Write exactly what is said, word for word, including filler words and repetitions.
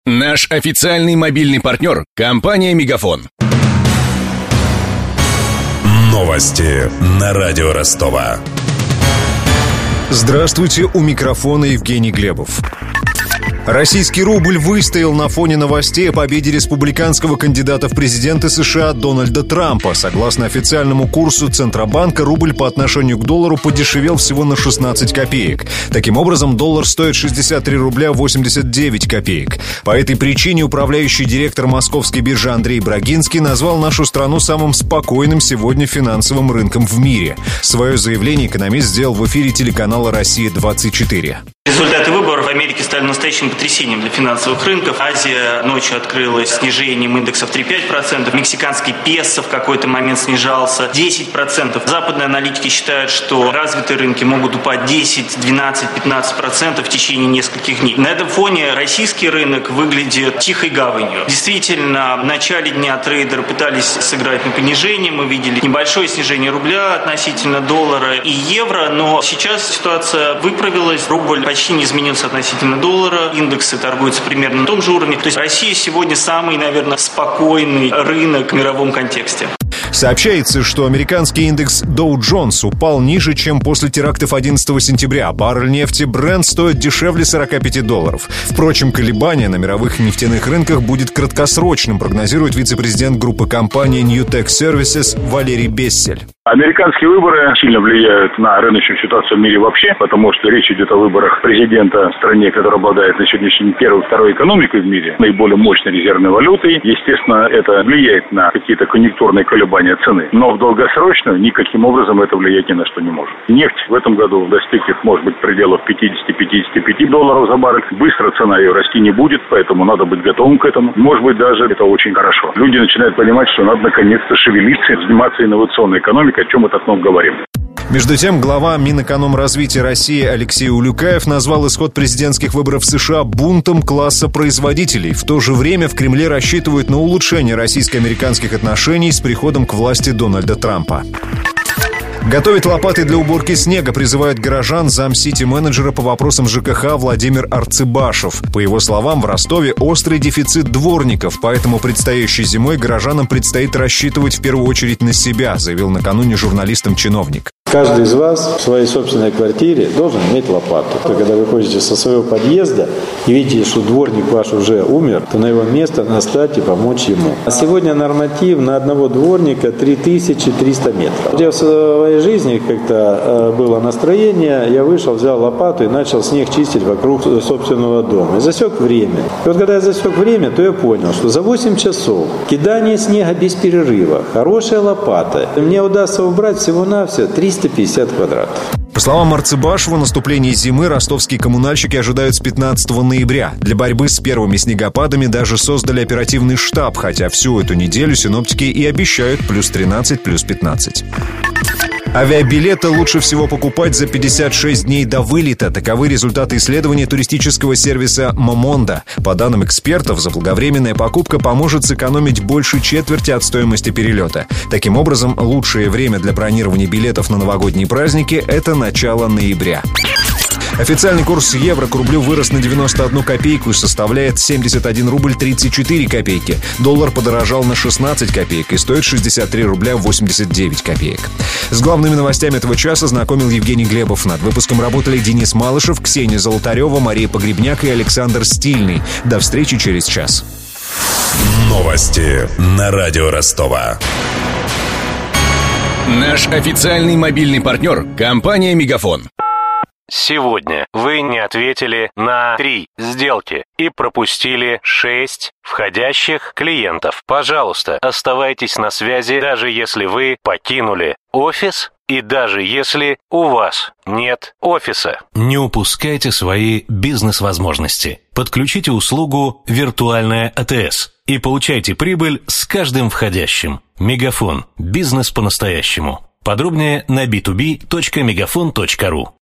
Наш официальный мобильный партнер – компания «Мегафон». Новости на радио Ростова. Здравствуйте, у микрофона Евгений Глебов. Российский рубль выстоял на фоне новостей о победе республиканского кандидата в президенты США Дональда Трампа. Согласно официальному курсу Центробанка, рубль по отношению к доллару подешевел всего на шестнадцать копеек. Таким образом, доллар стоит шестьдесят три рубля восемьдесят девять копеек. По этой причине управляющий директор московской биржи Андрей Брагинский назвал нашу страну самым спокойным сегодня финансовым рынком в мире. Свое заявление экономист сделал в эфире телеканала «Россия-двадцать четыре». Результаты выборов в Америке стали настоящим потрясением для финансовых рынков. Азия ночью открылась снижением индексов три целых пять десятых процента. Мексиканский песо в какой-то момент снижался десять процентов. Западные аналитики считают, что развитые рынки могут упасть десять, двенадцать, пятнадцать процентов в течение нескольких дней. На этом фоне российский рынок выглядит тихой гаванью. Действительно, в начале дня трейдеры пытались сыграть на понижение. Мы видели небольшое снижение рубля относительно доллара и евро, но сейчас ситуация выправилась. Рубль почти не изменился относительно доллара. Индексы торгуются примерно на том же уровне. То есть Россия сегодня самый, наверное, спокойный рынок в мировом контексте. Сообщается, что американский индекс Dow Jones упал ниже, чем после терактов одиннадцатого сентября. Баррель нефти Brent стоит дешевле сорок пять долларов. Впрочем, колебание на мировых нефтяных рынках будет краткосрочным, прогнозирует вице-президент группы компании New Tech Services Валерий Бессель. Американские выборы сильно влияют на рыночную ситуацию в мире вообще, потому что речь идет о выборах президента в стране, которая обладает на сегодняшний день первой, второй экономикой в мире, наиболее мощной резервной валютой. Естественно, это влияет на какие-то конъюнктурные колебания цены. Но в долгосрочную никаким образом это влиять ни на что не может. Нефть в этом году достигнет, может быть, пределов пятьдесят-пятьдесят пять долларов за баррель. Быстро цена ее расти не будет, поэтому надо быть готовым к этому. Может быть, даже это очень хорошо. Люди начинают понимать, что надо наконец-то шевелиться, заниматься инновационной экономикой, о чем мы так много говорим. Между тем, глава Минэкономразвития России Алексей Улюкаев назвал исход президентских выборов в США бунтом класса производителей. В то же время в Кремле рассчитывают на улучшение российско-американских отношений с приходом к власти Дональда Трампа. Готовить лопаты для уборки снега призывает горожан замсити-менеджера по вопросам ЖКХ Владимир Арцыбашев. По его словам, в Ростове острый дефицит дворников, поэтому предстоящей зимой горожанам предстоит рассчитывать в первую очередь на себя, заявил накануне журналистам чиновник. Каждый из вас в своей собственной квартире должен иметь лопату. Когда вы ходите со своего подъезда и видите, что дворник ваш уже умер, то на его место настать и помочь ему. А сегодня норматив на одного дворника три тысячи триста метров. Я в своей жизни как-то было настроение, я вышел, взял лопату и начал снег чистить вокруг собственного дома. И засек время. И вот когда я засек время, то я понял, что за восемь часов кидание снега без перерыва, хорошая лопата, мне удастся убрать всего-навсего триста пятьдесят квадратов. По словам Арцыбашева, наступление зимы ростовские коммунальщики ожидают с пятнадцатого ноября. Для борьбы с первыми снегопадами даже создали оперативный штаб, хотя всю эту неделю синоптики и обещают плюс тринадцать, плюс пятнадцать. Авиабилеты лучше всего покупать за пятьдесят шесть дней до вылета. Таковы результаты исследования туристического сервиса Momondo. По данным экспертов, заблаговременная покупка поможет сэкономить больше четверти от стоимости перелета. Таким образом, лучшее время для бронирования билетов на новогодние праздники – это начало ноября. Официальный курс евро к рублю вырос на девяносто одну копейку и составляет семьдесят один рубль тридцать четыре копейки. Доллар подорожал на шестнадцать копеек и стоит шестьдесят три рубля восемьдесят девять копеек. С главными новостями этого часа знакомил Евгений Глебов. Над выпуском работали Денис Малышев, Ксения Золотарева, Мария Погребняк и Александр Стильный. До встречи через час. Новости на радио Ростова. Наш официальный мобильный партнер – компания «Мегафон». Сегодня вы не ответили на три сделки и пропустили шесть входящих клиентов. Пожалуйста, оставайтесь на связи, даже если вы покинули офис и даже если у вас нет офиса. Не упускайте свои бизнес-возможности. Подключите услугу «Виртуальная АТС» и получайте прибыль с каждым входящим. Мегафон. Бизнес по-настоящему. Подробнее на би ту би точка мегафон точка ру.